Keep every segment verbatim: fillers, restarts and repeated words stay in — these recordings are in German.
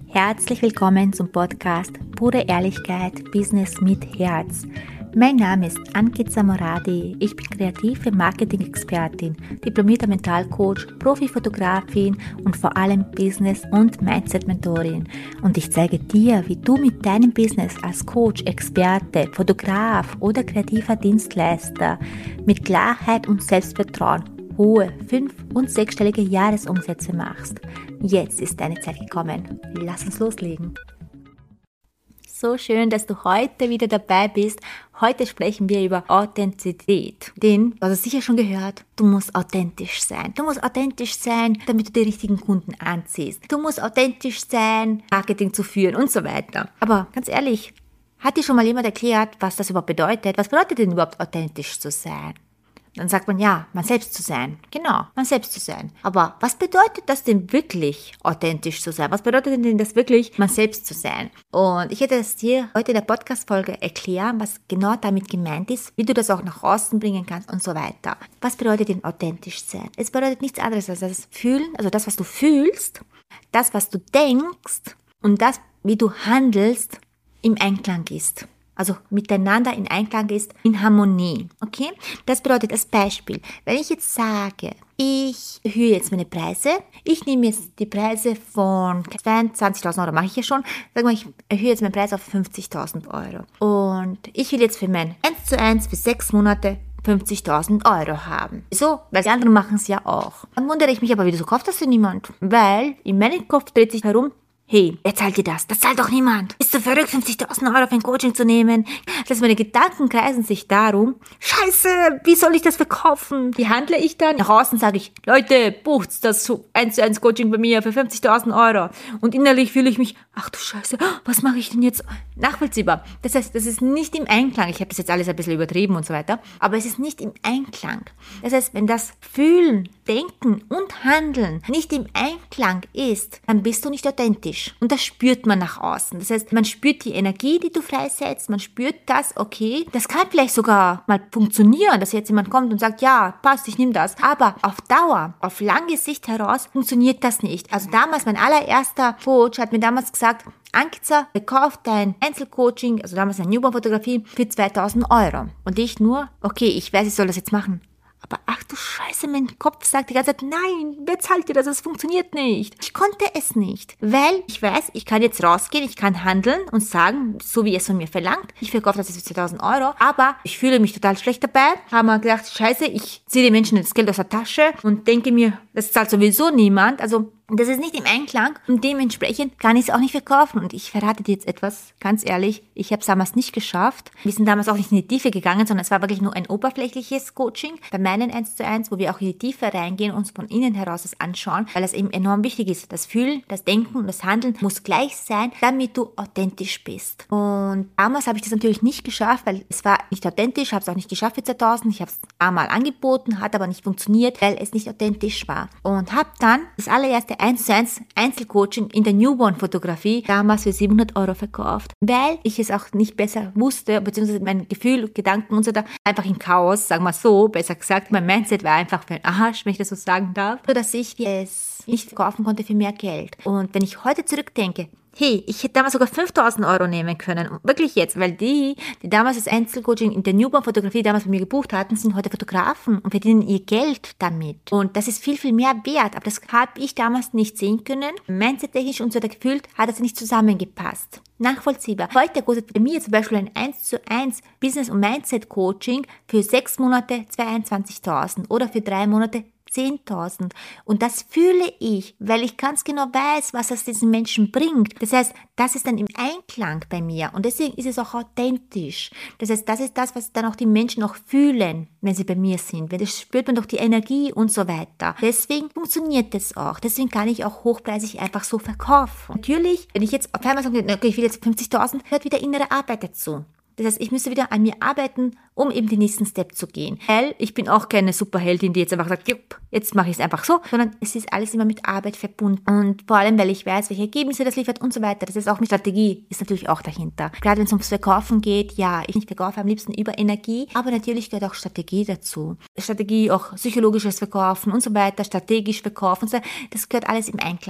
Herzlich willkommen zum Podcast Pure Ehrlichkeit, Business mit Herz. Mein Name ist Ankita Moradi, ich bin kreative Marketing-Expertin, diplomierter Mentalcoach, Profifotografin und vor allem Business- und Mindset-Mentorin. Und ich zeige dir, wie du mit deinem Business als Coach, Experte, Fotograf oder kreativer Dienstleister mit Klarheit und Selbstvertrauen hohe fünf- und sechsstellige Jahresumsätze machst. Jetzt ist deine Zeit gekommen. Lass uns loslegen. So schön, dass du heute wieder dabei bist. Heute sprechen wir über Authentizität. Denn, du hast es sicher schon gehört, du musst authentisch sein. Du musst authentisch sein, damit du die richtigen Kunden anziehst. Du musst authentisch sein, Marketing zu führen und so weiter. Aber ganz ehrlich, hat dir schon mal jemand erklärt, was das überhaupt bedeutet? Was bedeutet denn überhaupt authentisch zu sein? Dann sagt man, ja, man selbst zu sein. Genau, man selbst zu sein. Aber was bedeutet das denn wirklich, authentisch zu sein? Was bedeutet denn das wirklich, man selbst zu sein? Und ich werde es dir heute in der Podcast-Folge erklären, was genau damit gemeint ist, wie du das auch nach außen bringen kannst und so weiter. Was bedeutet denn authentisch sein? Es bedeutet nichts anderes als das Fühlen, also das, was du fühlst, das, was du denkst und das, wie du handelst, im Einklang ist. Also miteinander in Einklang ist, in Harmonie, okay? Das bedeutet als Beispiel, wenn ich jetzt sage, ich erhöhe jetzt meine Preise, ich nehme jetzt die Preise von zweiundzwanzigtausend Euro, mache ich ja schon, sag mal, ich erhöhe jetzt meinen Preis auf fünfzigtausend Euro und ich will jetzt für mein eins zu eins für sechs Monate fünfzigtausend Euro haben. So, weil die anderen machen es ja auch. Dann wundere ich mich aber, wieso kauft das denn niemand? Weil in meinem Kopf dreht sich herum, hey, wer zahlt dir das? Das zahlt doch niemand. Bist du verrückt, fünfzigtausend Euro für ein Coaching zu nehmen? Das meine Gedanken kreisen sich darum, Scheiße, wie soll ich das verkaufen? Wie handle ich dann? Nach außen sage ich, Leute, bucht das eins zu eins Coaching bei mir für fünfzigtausend Euro. Und innerlich fühle ich mich, ach du Scheiße, was mache ich denn jetzt? Nachvollziehbar. Das heißt, das ist nicht im Einklang. Ich habe das jetzt alles ein bisschen übertrieben und so weiter. Aber es ist nicht im Einklang. Das heißt, wenn das Fühlen, Denken und Handeln nicht im Einklang ist, dann bist du nicht authentisch. Und das spürt man nach außen. Das heißt, man spürt die Energie, die du freisetzt. Man spürt das, okay, das kann vielleicht sogar mal funktionieren, dass jetzt jemand kommt und sagt, ja, passt, ich nehme das. Aber auf Dauer, auf lange Sicht heraus, funktioniert das nicht. Also damals, mein allererster Coach hat mir damals gesagt, Ankita, verkauf dein Einzelcoaching, also damals eine Newborn-Fotografie, für zweitausend Euro. Und ich nur, okay, ich weiß, ich soll das jetzt machen. Aber ach du Scheiße, mein Kopf sagt die ganze Zeit, nein, wer zahlt dir das? Das funktioniert nicht. Ich konnte es nicht, weil ich weiß, ich kann jetzt rausgehen, ich kann handeln und sagen, so wie es von mir verlangt, ich verkaufe das jetzt für zweitausend Euro, aber ich fühle mich total schlecht dabei. Haben wir gedacht, Scheiße, ich ziehe den Menschen das Geld aus der Tasche und denke mir, das zahlt sowieso niemand. Also das ist nicht im Einklang und dementsprechend kann ich es auch nicht verkaufen. Und ich verrate dir jetzt etwas, ganz ehrlich, ich habe es damals nicht geschafft. Wir sind damals auch nicht in die Tiefe gegangen, sondern es war wirklich nur ein oberflächliches Coaching bei meinen eins zu eins, wo wir auch in die Tiefe reingehen und uns von innen heraus das anschauen, weil das eben enorm wichtig ist. Das Fühlen, das Denken und das Handeln muss gleich sein, damit du authentisch bist. Und damals habe ich das natürlich nicht geschafft, weil es war nicht authentisch, habe es auch nicht geschafft für zweitausend. Ich habe es einmal angeboten, hat aber nicht funktioniert, weil es nicht authentisch war. Und habe dann das allererste eins zu eins Einzelcoaching in der Newborn-Fotografie damals für siebenhundert Euro verkauft, weil ich es auch nicht besser wusste, beziehungsweise mein Gefühl, Gedanken und so da einfach im Chaos, sagen wir so, besser gesagt, mein Mindset war einfach für ein Arsch, wenn ich das so sagen darf, so dass ich es nicht verkaufen konnte für mehr Geld. Und wenn ich heute zurückdenke, hey, ich hätte damals sogar fünftausend Euro nehmen können. Wirklich jetzt, weil die, die damals das Einzelcoaching in der Newborn-Fotografie damals bei mir gebucht hatten, sind heute Fotografen und verdienen ihr Geld damit. Und das ist viel, viel mehr wert. Aber das habe ich damals nicht sehen können. Mindset-technisch und so gefühlt hat das nicht zusammengepasst. Nachvollziehbar. Heute kostet bei mir zum Beispiel ein eins zu eins Business- und Mindset-Coaching für sechs Monate zweiundzwanzigtausend oder für drei Monate zehntausend. Und das fühle ich, weil ich ganz genau weiß, was das diesen Menschen bringt. Das heißt, das ist dann im Einklang bei mir und deswegen ist es auch authentisch. Das heißt, das ist das, was dann auch die Menschen auch fühlen, wenn sie bei mir sind. Weil das spürt man doch die Energie und so weiter. Deswegen funktioniert das auch. Deswegen kann ich auch hochpreisig einfach so verkaufen. Natürlich, wenn ich jetzt auf einmal sage, okay, ich will jetzt fünfzigtausend, hört wieder innere Arbeit dazu. Das heißt, ich müsste wieder an mir arbeiten, um eben den nächsten Step zu gehen. Weil ich bin auch keine Superheldin, die jetzt einfach sagt, jupp, jetzt mache ich es einfach so, sondern es ist alles immer mit Arbeit verbunden. Und vor allem, weil ich weiß, welche Ergebnisse das liefert und so weiter. Das ist auch mit Strategie, ist natürlich auch dahinter. Gerade wenn es ums Verkaufen geht, ja, ich verkaufe am liebsten über Energie, aber natürlich gehört auch Strategie dazu. Strategie, auch psychologisches Verkaufen und so weiter, strategisch verkaufen, und so, das gehört alles im Einklang.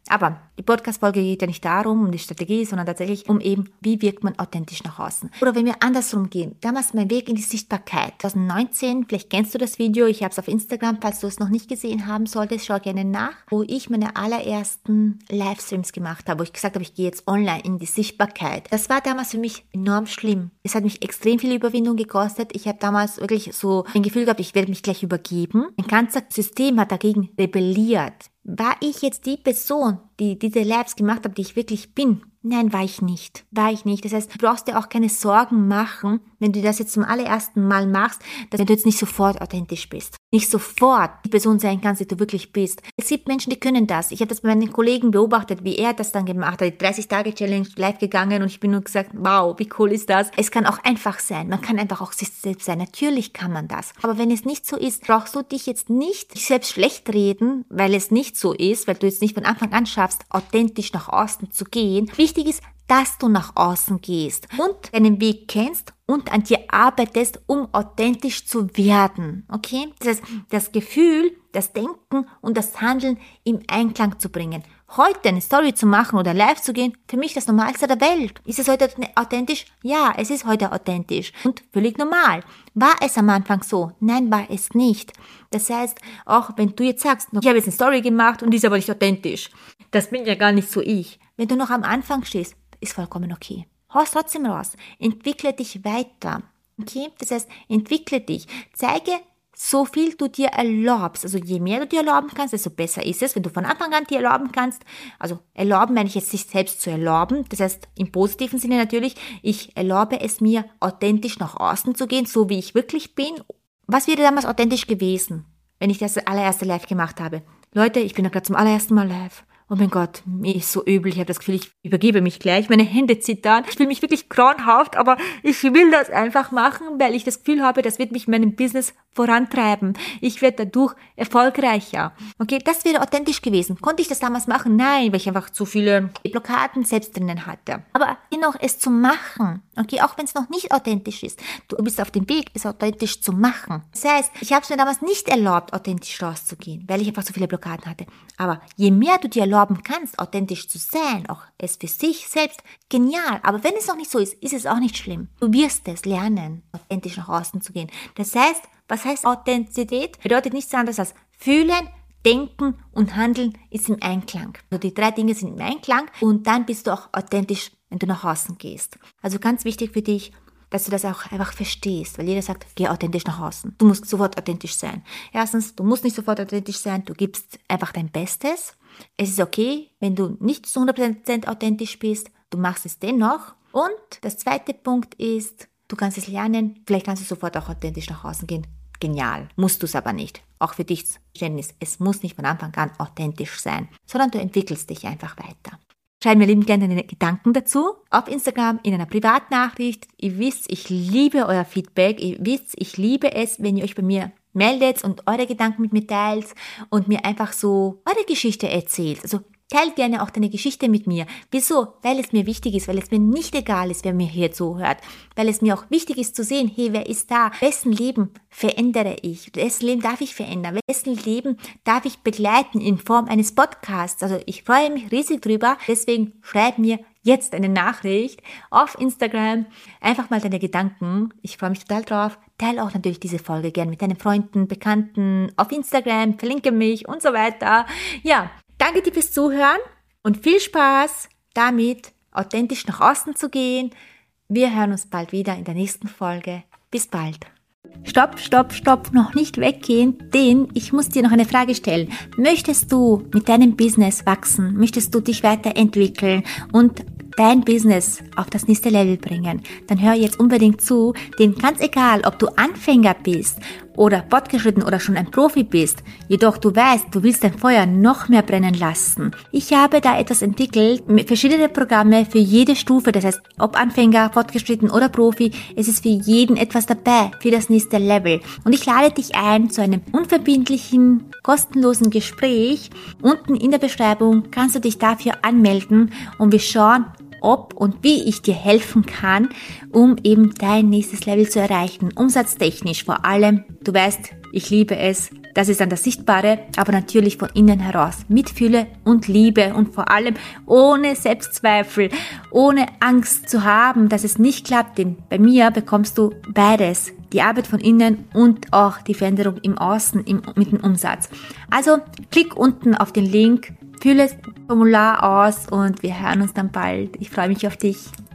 Aber die Podcast-Folge geht ja nicht darum, um die Strategie, sondern tatsächlich um eben, wie wirkt man authentisch nach außen. Oder wenn wir andersrum gehen, damals mein Weg in die Sichtbarkeit. zwanzig neunzehn, vielleicht kennst du das Video, ich habe es auf Instagram, falls du es noch nicht gesehen haben solltest, schau gerne nach, wo ich meine allerersten Livestreams gemacht habe, wo ich gesagt habe, ich gehe jetzt online in die Sichtbarkeit. Das war damals für mich enorm schlimm. Es hat mich extrem viel Überwindung gekostet. Ich habe damals wirklich so ein Gefühl gehabt, ich werde mich gleich übergeben. Mein ganzes System hat dagegen rebelliert. War ich jetzt die Person, die diese Lives gemacht hat, die ich wirklich bin? Nein, war ich nicht. War ich nicht. Das heißt, du brauchst dir auch keine Sorgen machen, wenn du das jetzt zum allerersten Mal machst, dass du jetzt nicht sofort authentisch bist. Nicht sofort die Person sein kannst, die du wirklich bist. Es gibt Menschen, die können das. Ich habe das bei meinen Kollegen beobachtet, wie er das dann gemacht hat. Die dreißig-Tage-Challenge live gegangen und ich bin nur gesagt, wow, wie cool ist das? Es kann auch einfach sein. Man kann einfach auch sich selbst sein. Natürlich kann man das. Aber wenn es nicht so ist, brauchst du dich jetzt nicht dich selbst schlecht reden, weil es nicht so ist, weil du jetzt nicht von Anfang an schaffst, authentisch nach außen zu gehen. Wichtig ist, dass du nach außen gehst und deinen Weg kennst und an dir arbeitest, um authentisch zu werden. Okay? Das heißt, das Gefühl, das Denken und das Handeln im Einklang zu bringen. Heute eine Story zu machen oder live zu gehen, für mich das Normalste der Welt. Ist es heute authentisch? Ja, es ist heute authentisch und völlig normal. War es am Anfang so? Nein, war es nicht. Das heißt, auch wenn du jetzt sagst, ich habe jetzt eine Story gemacht und die ist aber nicht authentisch. Das bin ja gar nicht so ich. Wenn du noch am Anfang stehst, ist vollkommen okay. Haust trotzdem raus. Entwickle dich weiter. Okay? Das heißt, entwickle dich. Zeige, so viel du dir erlaubst. Also je mehr du dir erlauben kannst, desto besser ist es, wenn du von Anfang an dir erlauben kannst. Also erlauben meine ich jetzt, sich selbst zu erlauben. Das heißt, im positiven Sinne natürlich, ich erlaube es mir, authentisch nach außen zu gehen, so wie ich wirklich bin. Was wäre damals authentisch gewesen, wenn ich das allererste Live gemacht habe? Leute, ich bin da gerade zum allerersten Mal live. Oh mein Gott, mir ist so übel, ich habe das Gefühl, ich übergebe mich gleich, meine Hände zittern, ich fühle mich wirklich grauenhaft, aber ich will das einfach machen, weil ich das Gefühl habe, das wird mich in meinem Business vorantreiben. Ich werde dadurch erfolgreicher. Okay, das wäre authentisch gewesen. Konnte ich das damals machen? Nein, weil ich einfach zu viele Blockaden selbst drinnen hatte. Aber dennoch es zu machen, okay, auch wenn es noch nicht authentisch ist, du bist auf dem Weg, es authentisch zu machen. Das heißt, ich habe es mir damals nicht erlaubt, authentisch rauszugehen, weil ich einfach zu viele Blockaden hatte. Aber je mehr du dir erlauben kannst, authentisch zu sein, auch es für sich selbst, genial. Aber wenn es noch nicht so ist, ist es auch nicht schlimm. Du wirst es lernen, authentisch nach außen zu gehen. Das heißt, was heißt Authentizität? Bedeutet nichts anderes als fühlen, denken und handeln ist im Einklang. Also die drei Dinge sind im Einklang und dann bist du auch authentisch, wenn du nach außen gehst. Also ganz wichtig für dich, dass du das auch einfach verstehst, weil jeder sagt, geh authentisch nach außen. Du musst sofort authentisch sein. Erstens, du musst nicht sofort authentisch sein, du gibst einfach dein Bestes. Es ist okay, wenn du nicht zu hundert Prozent authentisch bist, du machst es dennoch. Und das zweite Punkt ist, du kannst es lernen, vielleicht kannst du sofort auch authentisch nach außen gehen. Genial, musst du es aber nicht. Auch für dich Verständnis, es muss nicht von Anfang an authentisch sein, sondern du entwickelst dich einfach weiter. Schreib mir liebend gerne deine Gedanken dazu auf Instagram in einer Privatnachricht. Ihr wisst, ich liebe euer Feedback. Ihr wisst, ich liebe es, wenn ihr euch bei mir meldet und eure Gedanken mit mir teilt und mir einfach so eure Geschichte erzählt. Also teil gerne auch deine Geschichte mit mir. Wieso? Weil es mir wichtig ist, weil es mir nicht egal ist, wer mir hier zuhört. Weil es mir auch wichtig ist zu sehen, hey, wer ist da? Wessen Leben verändere ich? Wessen Leben darf ich verändern? Wessen Leben darf ich begleiten in Form eines Podcasts? Also ich freue mich riesig drüber. Deswegen schreib mir jetzt eine Nachricht auf Instagram. Einfach mal deine Gedanken. Ich freue mich total drauf. Teile auch natürlich diese Folge gern mit deinen Freunden, Bekannten auf Instagram. Verlinke mich und so weiter. Ja. Danke dir fürs Zuhören und viel Spaß damit, authentisch nach außen zu gehen. Wir hören uns bald wieder in der nächsten Folge. Bis bald. Stopp, stopp, stopp, noch nicht weggehen, denn ich muss dir noch eine Frage stellen. Möchtest du mit deinem Business wachsen? Möchtest du dich weiterentwickeln und dein Business auf das nächste Level bringen? Dann hör jetzt unbedingt zu, denn ganz egal, ob du Anfänger bist oder fortgeschritten oder schon ein Profi bist, jedoch du weißt, du willst dein Feuer noch mehr brennen lassen. Ich habe da etwas entwickelt, mit verschiedenen Programme für jede Stufe, das heißt, ob Anfänger, fortgeschritten oder Profi, es ist für jeden etwas dabei, für das nächste Level. Und ich lade dich ein zu einem unverbindlichen, kostenlosen Gespräch. Unten in der Beschreibung kannst du dich dafür anmelden und wir schauen, ob und wie ich dir helfen kann, um eben dein nächstes Level zu erreichen. Umsatztechnisch vor allem. Du weißt, ich liebe es, Das ist dann das Sichtbare, aber natürlich von innen heraus. Mitfühle und Liebe und vor allem ohne Selbstzweifel, ohne Angst zu haben, dass es nicht klappt. Denn bei mir bekommst du beides. Die Arbeit von innen und auch die Veränderung im Außen im, mit dem Umsatz. Also klick unten auf den Link, fülle das Formular aus und wir hören uns dann bald. Ich freue mich auf dich.